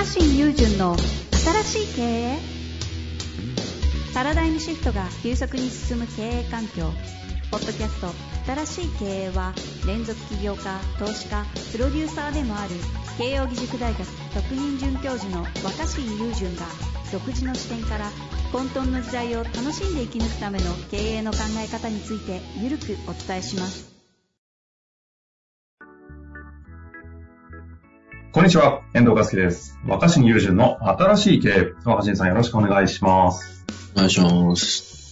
新雄純の新しい経営。パラダイムシフトが急速に進む経営環境。ポッドキャスト新しい経営は、連続起業家、投資家、プロデューサーでもある慶應義塾大学特任准教授の若新雄純が、独自の視点から混沌の時代を楽しんで生き抜くための経営の考え方についてゆるくお伝えします。 こんにちは、遠藤和樹です。若新雄純の新しい経営。若新さん、よろしくお願いします。 お願いします。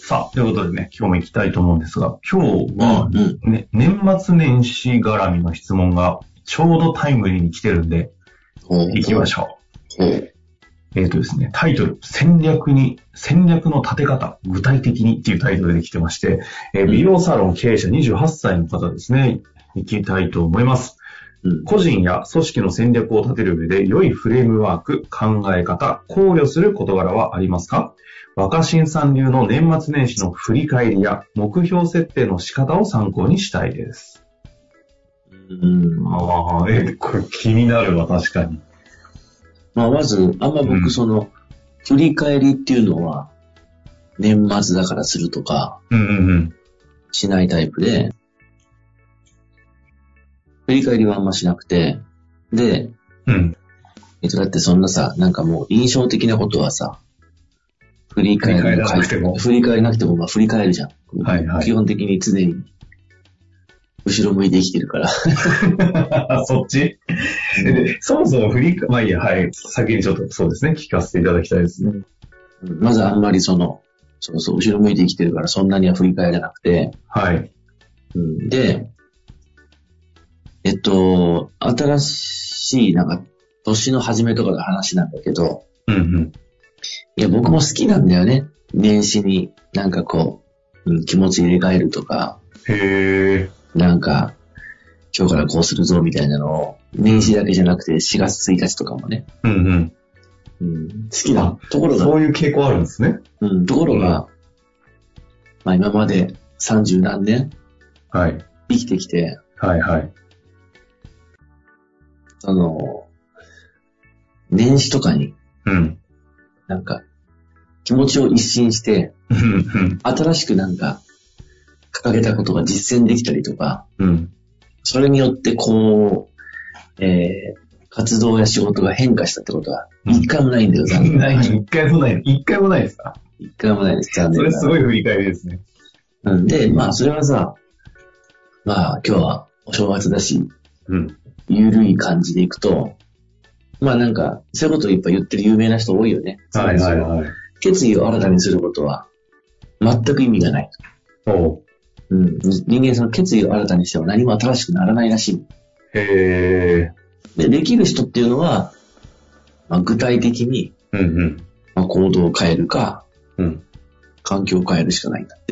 さあ、ということでね、今日も行きたいと思うんですが、今日は、年末年始絡みの質問がちょうどタイムリーに来てるんで、行きましょう。ですね、タイトル、戦略の立て方、具体的にっていうタイトルで来てまして、美容サロン経営者28歳の方ですね、行きたいと思います。個人や組織の戦略を立てる上で良いフレームワーク、考え方、考慮する事柄はありますか？若新さん流の年末年始の振り返りや目標設定の仕方を参考にしたいです。これ気になるわ、確かに。 まず、あんま僕振り返りっていうのは、年末だからするとか、しないタイプで、振り返りはあんましなくて、で、だってそんなさ、なんかもう印象的なことはさ、振り返りなくても振り返るじゃん。基本的に常に後ろ向いて生きてるから。 そっちでそもそもまあいいや、はい。先にちょっとそうですね、聞かせていただきたいですね。 まずあんまり後ろ向いて生きてるからそんなには振り返らなくて。 はい。 で、新しい年の初めとかの話なんだけど、いや、僕も好きなんだよね。年始に気持ち入れ替えるとか。今日からこうするぞみたいなのを、年始だけじゃなくて4月1日とかもね。好きなところが。 そういう傾向あるんですね。 ところが、まあ今まで30何年生きてきて、年始とかに、気持ちを一新して、新しく掲げたことが実践できたりとか、それによって活動や仕事が変化したってことは一回もないんだよ、残念ながら。 一回もないですか？ 一回もないです、残念ながら。 それすごい振り返りですね。 で、まあそれはさ、まあ今日はお正月だし、ゆるい感じでいくと、まあそういうことをいっぱい言ってる有名な人多いよね。決意を新たにすることは全く意味がない。人間その決意を新たにしても何も新しくならないらしい。できる人っていうのは、具体的に、行動を変えるか、環境を変えるしかないんだって。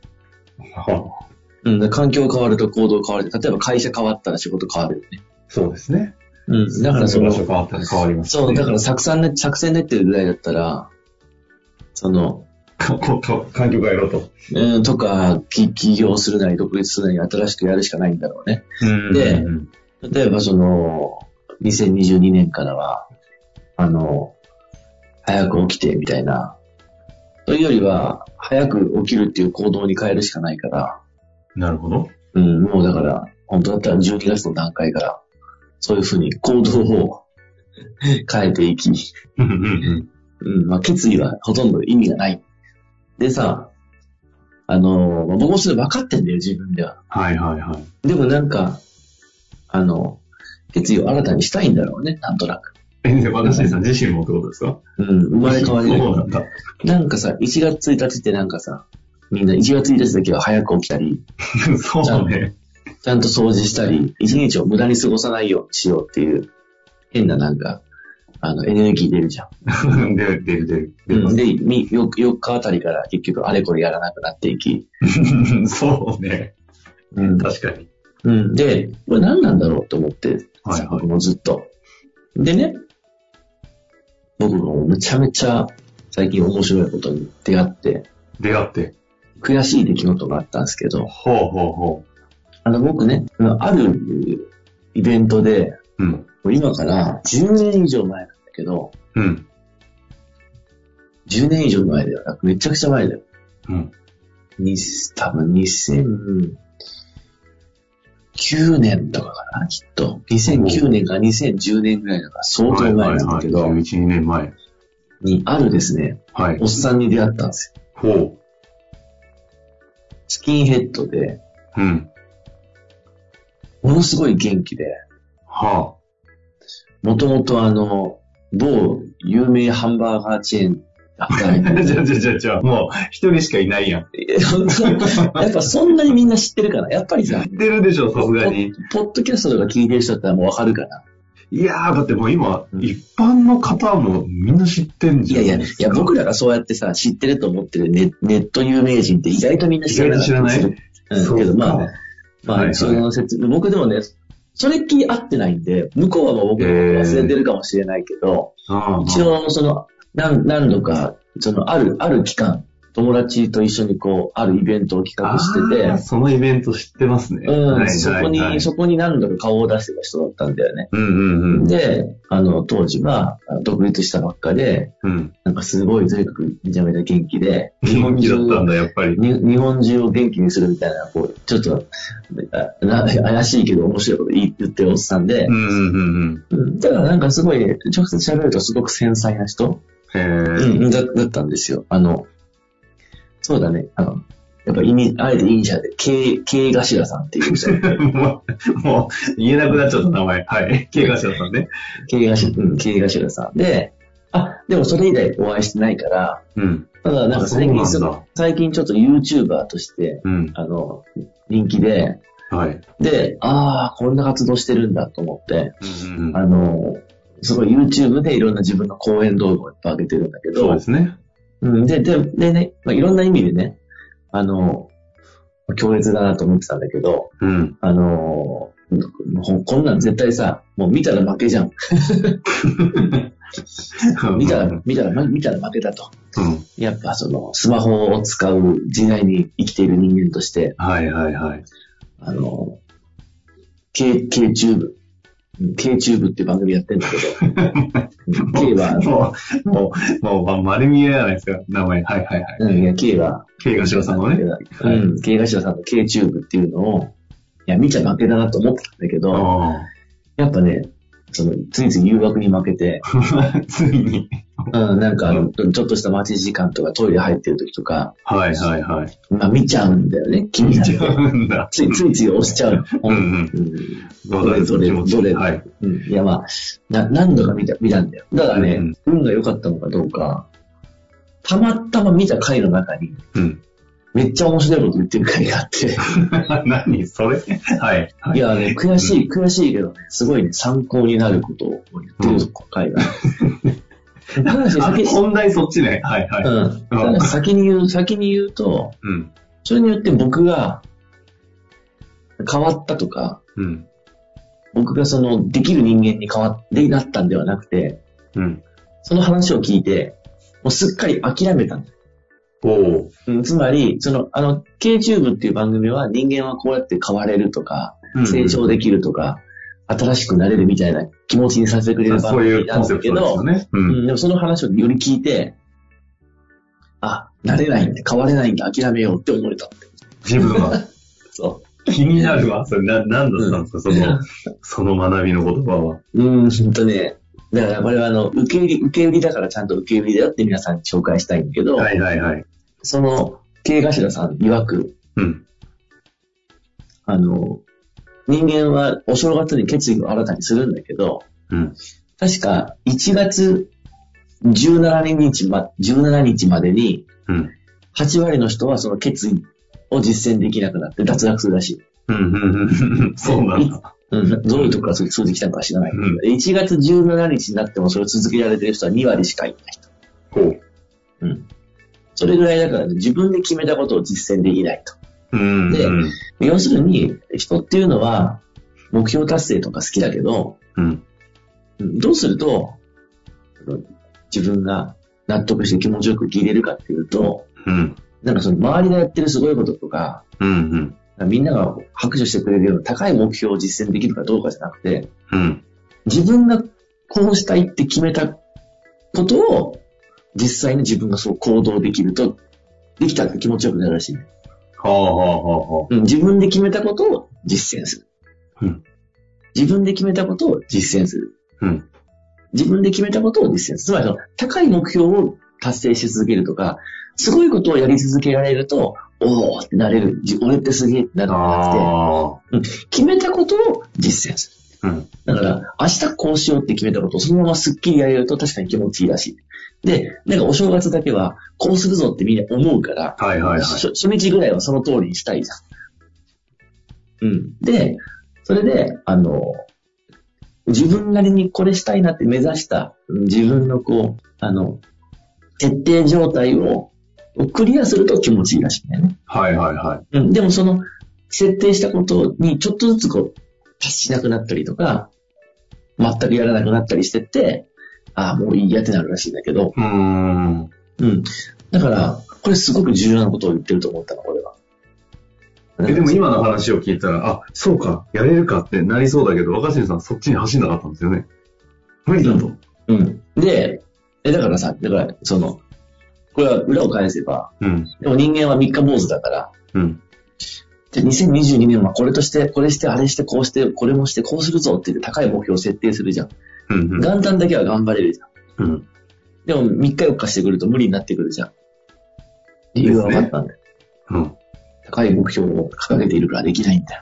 環境変わると行動変わる。例えば会社変わったら仕事変わるよね。 そうですね。 だから場所変わったら変わります、ね。 そう、だから作戦練ってるぐらいだったら、 環境変えろと。 とか、起業するなり独立するなり新しくやるしかないんだろうね。で、例えば2022年からは、早く起きてみたいな、というよりは、早く起きるっていう行動に変えるしかないから。 なるほど。 もうだから、本当だったら12月の段階から、そういうふうに行動を変えていき、決意はほとんど意味がない。でさ、僕もそれ分かってんだよ、自分では。でも決意を新たにしたいんだろうね、なんとなく。 若新さん自身もってことですか？ 生まれ変わりで。 そうなんだ。 1月1日ってみんな1月1日だけは早く起きたり、 そうね。 ちゃんと掃除したり、1日を無駄に過ごさないようにしようっていう、変なエネルギー出るじゃん。 出る。 で、4日あたりから結局あれこれやらなくなっていき。 そうね。確かに。 で、これ何なんだろうと思って、僕もずっと。でね、僕もめちゃめちゃ最近面白いことに出会って、悔しい出来事があったんですけど、僕ね、あるイベントで、今から10年以上前なんだよ。 けど、 うん。 10年以上前だよ。めちゃくちゃ前だよ。 うん。 多分2009年とかかな、きっと。2009年か2010年ぐらいだから相当前なんだけど、 11、2年前。 にあるですね、 はい。 おっさんに出会ったんですよ。 ほう。 スキンヘッドで、 うん。 ものすごい元気で、 はあ。もともと某有名ハンバーガーチェーンだったじゃもう一人しかいないやん。 やっぱそんなにみんな知ってるかな、やっぱりさ。 知ってるでしょ、さすがに。 ポッドキャストとか聞いてる人だったらもうわかるかな。 いやー、だってもう今、一般の方もみんな知ってんじゃん。 いや、僕らがそうやってさ、知ってると思ってるネット有名人って意外とみんな知らない。 意外と知らない。 うん、けどその説明、僕でもね、それっきり合ってないんで、向こうはもう僕のこと忘れてるかもしれないけど、一応何度か、ある期間、友達と一緒にあるイベントを企画してて。 そのイベント知ってますね。 うん、そこに何度か顔を出してた人だったんだよね。で、当時は、独立したばっかで、なんかすごい、とにかくめちゃめちゃ元気で、 元気だったんだ、やっぱり。 日本中を元気にするみたいな、ちょっと、怪しいけど面白いこと言ってるおっさんで、だからなんかすごい、直接喋るとすごく繊細な人だったんですよ。そうだね。やっぱあえてイニシャルで、K 頭さんっていう人。 もう、言えなくなっちゃった名前。はい。K 頭さんね。 K 頭さん。で、でもそれ以来お会いしてないから、ただなんか最近ちょっと YouTuber として、人気で、 はい。 で、こんな活動してるんだと思って、すごい YouTube でいろんな自分の講演動画をいっぱい上げてるんだけど、 そうですね。 でね、いろんな意味でね、強烈だなと思ってたんだけど、こんなん絶対さ、もう見たら負けじゃん。見たら負けだと。やっぱスマホを使う時代に生きている人間として、K-Tube っていう番組やってんだけど、K は、 もう、丸見えじゃないですか、名前。 いや、K は、 K 頭さんのね。 K 頭さんの K-Tube っていうのを、見ちゃ負けだなと思ってたんだけど、やっぱね、ついつい誘惑に負けて、 ついに。 なんかちょっとした待ち時間とかトイレ入ってる時とか、見ちゃうんだよね、気になって。ついつい押しちゃう。どれ、いや何度か見たんだよ。だからね、運が良かったのかどうか、たまたま見た回の中に、めっちゃ面白いこと言ってる回があって。 何それいやね、悔しいけどね、すごいね、参考になることを言ってる回が。 本題そっちね。 先に言うと、それによって僕が変わったとか、僕ができる人間になったんではなくて、その話を聞いて、もうすっかり諦めたんだ。つまり、K-Tube っていう番組は人間はこうやって変われるとか、成長できるとか、新しくなれるみたいな気持ちにさせてくれる番組なんだけど、でもその話をより聞いて、なれないんで、変われないんで諦めようって思えた。 自分は。 そう。 気になるわ。それ何だったんですか、その学びの言葉は。 だからこれは受け売りだからちゃんと受け売りだよって皆さんに紹介したいんだけど、その、K 頭さん曰く、人間はお正月に決意を新たにするんだけど、確か1月17日までに、8割の人はその決意を実践できなくなって脱落するらしい。 そうなんだ。 どういうところから数字来たのか知らないけど、1月17日になってもそれを続けられてる人は2割しかいない人。それぐらいだから、自分で決めたことを実践できないと。で、要するに、人っていうのは、目標達成とか好きだけど、どうすると、自分が納得して気持ちよく生きれるかっていうと、なんか周りがやってるすごいこととか、みんなが拍手してくれるような高い目標を実践できるかどうかじゃなくて、自分がこうしたいって決めたことを実際に自分がそう行動できると、できたって気持ちよくなるらしいね。自分で決めたことを実践する。うん、自分で決めたことを実践する。うん、自分で決めたことを実践する。つまり高い目標を達成し続けるとか、すごいことをやり続けられると、おーってなれる。俺ってすげえってなるんじゃなくて、決めたことを実践する。うん、だから、明日こうしようって決めたことをそのままスッキリやれると確かに気持ちいいらしい。で、なんかお正月だけは、こうするぞってみんな思うから、はいはいはい、初日ぐらいはその通りにしたいじゃん。うん。で、それで、自分なりにこれしたいなって目指した、自分の設定状態をクリアすると気持ちいいらしいんだよね。はいはいはい。うん。でもその、設定したことにちょっとずつ達しなくなったりとか、全くやらなくなったりしてって、もういいやってなるらしいんだけど。うん。だから、これすごく重要なことを言ってると思ったの、俺は。 でも今の話を聞いたら、そうか、やれるかってなりそうだけど、若新さんそっちに走んなかったんですよね。無理だと。 うん。で、だからこれは裏を返せば、でも人間は三日坊主だから、じゃあ2022年はこれとして、これして、あれして、こうして、これもして、こうするぞって言って高い目標を設定するじゃん。元旦だけは頑張れるじゃん。でも3日4日してくると無理になってくるじゃん。理由は分かったんだよ。高い目標を掲げているからできないんだ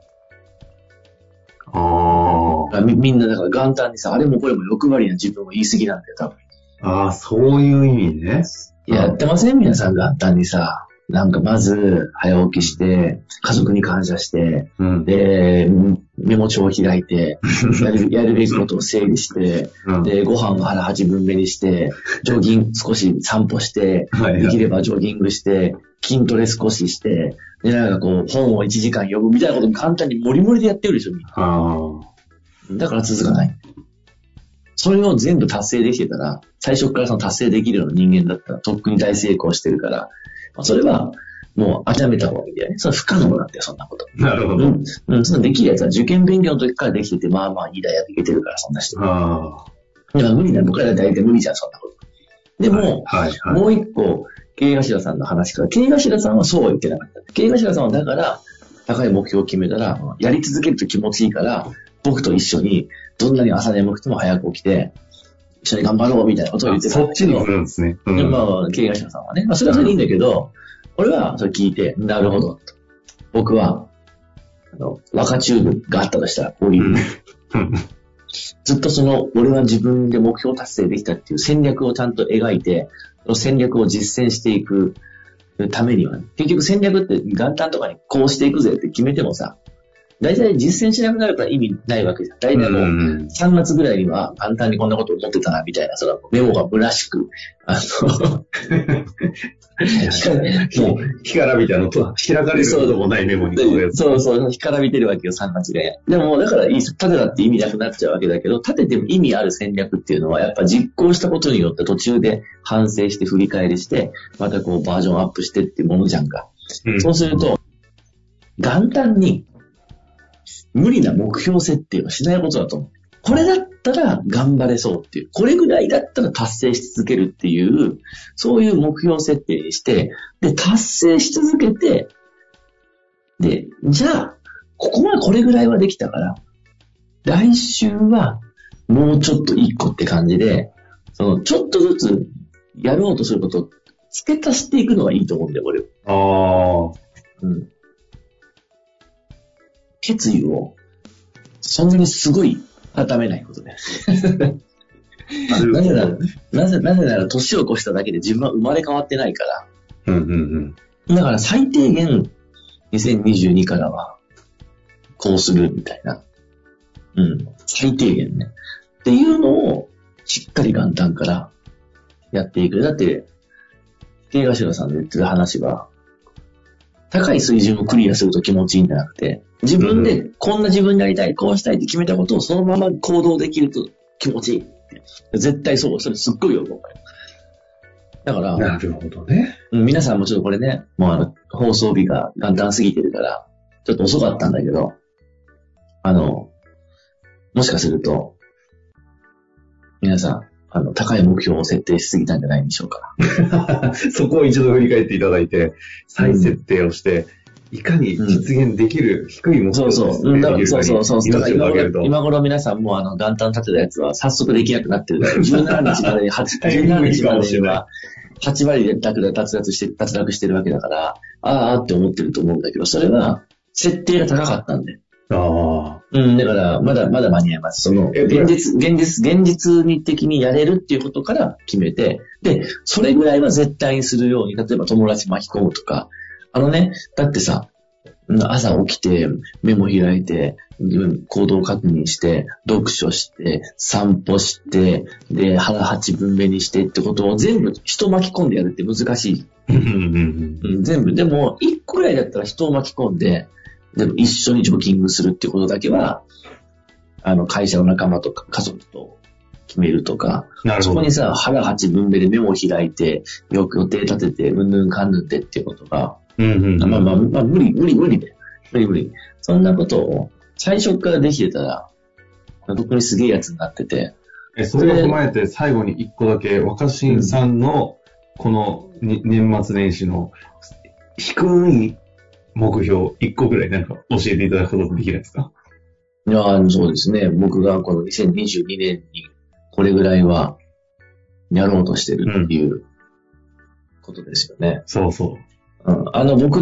よ。みんなだから元旦にさ、あれもこれも欲張りな自分を言い過ぎなんだよ、多分。 そういう意味ね。 やってません皆さん元旦にさ。なんかまず、早起きして、家族に感謝して、で、メモ帳を開いて、やるべきことを整理して、で、ご飯を腹8分目にして、ジョギング少し散歩して、できればジョギングして、筋トレ少しして、で、なんか本を1時間読むみたいなことを簡単にモリモリでやってるでしょ、みんな。だから続かない。それを全部達成できてたら、最初から達成できるような人間だったら、とっくに大成功してるから、それは、もう諦めた方がいいんだよね。それは不可能なんだよ、そんなこと。 なるほど。 そのできるやつは受験勉強の時からできてて、まあまあいい大学行けてるから、そんな人。だから無理な、僕ら大体無理じゃん、そんなこと。でも、もう一個、経営頭さんの話から、経営頭さんはそうは言ってなかった。経営頭さんはだから、高い目標を決めたら、やり続けると気持ちいいから、僕と一緒に、どんなに朝眠くても早く起きて、一緒に頑張ろうみたいなことを言ってたんだけど。 そっちに来るんですね。 経営者さんはね。それはそれでいいんだけど、俺はそれ聞いて、なるほど。僕は、若チューブがあったとしたら、こういう。ずっと俺は自分で目標達成できたっていう戦略をちゃんと描いて、その戦略を実践していくためには、ね、結局戦略って元旦とかにこうしていくぜって決めてもさ、大体実践しなくなるから意味ないわけじゃん。大体もう3月ぐらいには簡単にこんなことを思ってたなみたいな、メモがむらしく、 干からびたのと開かれることもないメモにそう、干からびてるわけよ、3月が。でも、だから立てたって意味なくなっちゃうわけだけど、立てても意味ある戦略っていうのは、やっぱ実行したことによって途中で反省して振り返りして、またバージョンアップしてっていうものじゃんか。そうすると、元旦に、無理な目標設定はしないことだと思う。これだったら頑張れそうっていう。これぐらいだったら達成し続けるっていう、そういう目標設定にして、で、達成し続けて、で、じゃあ、これぐらいはできたから、来週はもうちょっと一個って感じで、ちょっとずつやろうとすることを付け足していくのがいいと思うんだよ、これ。決意を、そんなにすごい固めないことで。なぜなら、年を越しただけで自分は生まれ変わってないから。だから最低限、2022からは、こうするみたいな。最低限ね。っていうのを、しっかり元旦からやっていく。だって、経営頭さんの言ってる話は、高い水準をクリアすると気持ちいいんじゃなくて、自分でこんな自分になりたい、こうしたいって決めたことをそのまま行動できると気持ちいい。絶対そう。それすっごい喜ぶ。だから、 なるほどね。 皆さんもちょっとこれね、もう放送日が元旦過ぎてるから、ちょっと遅かったんだけど、もしかすると、皆さん、 高い目標を設定しすぎたんじゃないんでしょうか。 そこを一度振り返っていただいて、再設定をして、いかに実現できる低い目標を設定できるかに命をかけると。 今頃皆さんも元旦立てたやつは早速できなくなってるから、17日までに17日までには8割で脱落してるわけだから、あーって思ってると思うんだけど、それは設定が高かったんで。 ああ。 だから、まだ間に合います。現実的にやれるっていうことから決めて、で、それぐらいは絶対にするように、例えば友達巻き込むとか、だってさ、朝起きて、目も開いて、行動確認して、読書して、散歩して、で、腹8分目にしてってことを全部人巻き込んでやるって難しい。全部。でも、1個ぐらいだったら人を巻き込んで、でも一緒にジョギングするっていうことだけは、会社の仲間とか家族と決めるとか、そこにさ、腹8分目で目も開いて、予定立てて、うんぬんかんぬんでっていうことが、無理で。そんなことを最初からできてたら、本当にすげえやつになってて。 それを踏まえて最後に一個だけ、若新さんの、この年末年始の低い目標一個ぐらいなんか教えていただくことできるんですか？ いや、そうですね。僕がこの2022年にこれぐらいはやろうとしてるっていうことですよね。 そうそう。 僕って、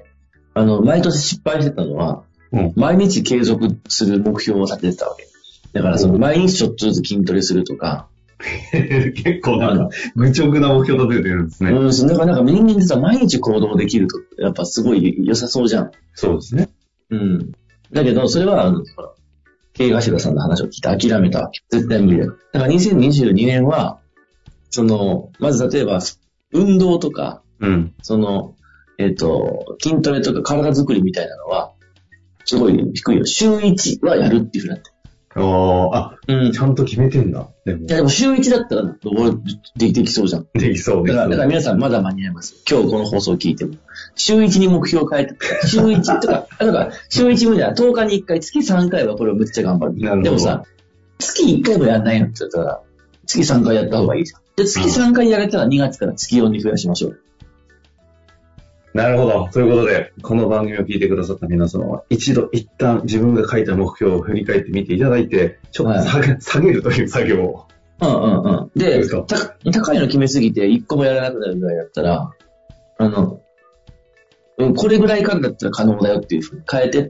毎年失敗してたのは、毎日継続する目標を立ててたわけ。だから毎日ちょっとずつ筋トレするとか。 結構なんか、愚直な目標立ててるんですね。 だからなんか人間実は毎日行動できると、やっぱすごい良さそうじゃん。 そうですね。 だけど、それは、経営頭さんの話を聞いて諦めたわけ。絶対無理だよ。だから2022年は、まず例えば、運動とか、筋トレとか体作りみたいなのは、すごい低いよ。週1はやるっていうふうになって。 ちゃんと決めてんだ。 でも週1だったら、できそうじゃん。 できそうです。 だから皆さんまだ間に合います。今日この放送を聞いても。週1に目標を変えて、週1とか、週1無理だ。10日に1回、月3回はこれをむっちゃ頑張る。でもさ、月1回もやんないのって言ったら、月3回やった方がいいじゃん。で、月3回やれたら2月から月4に増やしましょう。 なるほど。ということで、この番組を聞いてくださった皆様は、一旦自分が書いた目標を振り返ってみていただいて、ちょっと下げるという作業を。 で、高いの決めすぎて1個もやらなくなるぐらいだったら、これぐらいからだったら可能だよっていうふうに変えてって、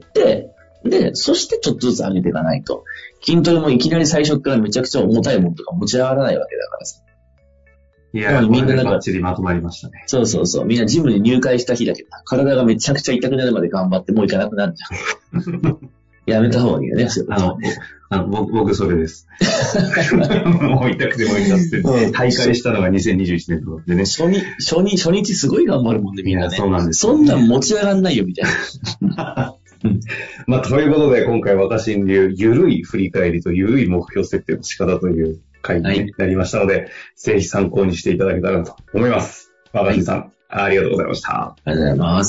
で、そしてちょっとずつ上げていかないと、筋トレもいきなり最初からめちゃくちゃ重たいものとか持ち上がらないわけだからさ。 いや、みんなバッチリまとまりましたね。 そう。みんなジムに入会した日だけど、体がめちゃくちゃ痛くなるまで頑張ってもう行かなくなるじゃん。やめた方がいいよね。 僕それです。もう痛くてもいいんだって。大会したのが2021年とかでね。 初日すごい頑張るもんね、みんなね。 そうなんです。 そんなん持ち上がんないよ、みたいな。 ということで、今回若新流、ゆるい振り返りとゆるい目標設定の仕方という回になりましたので、ぜひ参考にしていただけたらと思います。若新さん、ありがとうございました。 ありがとうございます。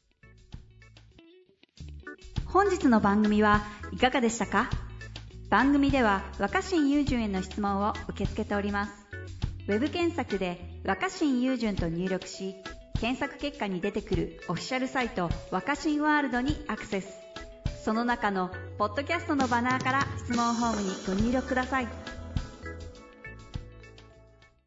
本日の番組はいかがでしたか？番組では若新雄純への質問を受け付けております。ウェブ検索で若新雄純と入力し、検索結果に出てくるオフィシャルサイト若新ワールドにアクセス。その中のポッドキャストのバナーから質問フォームにご入力ください。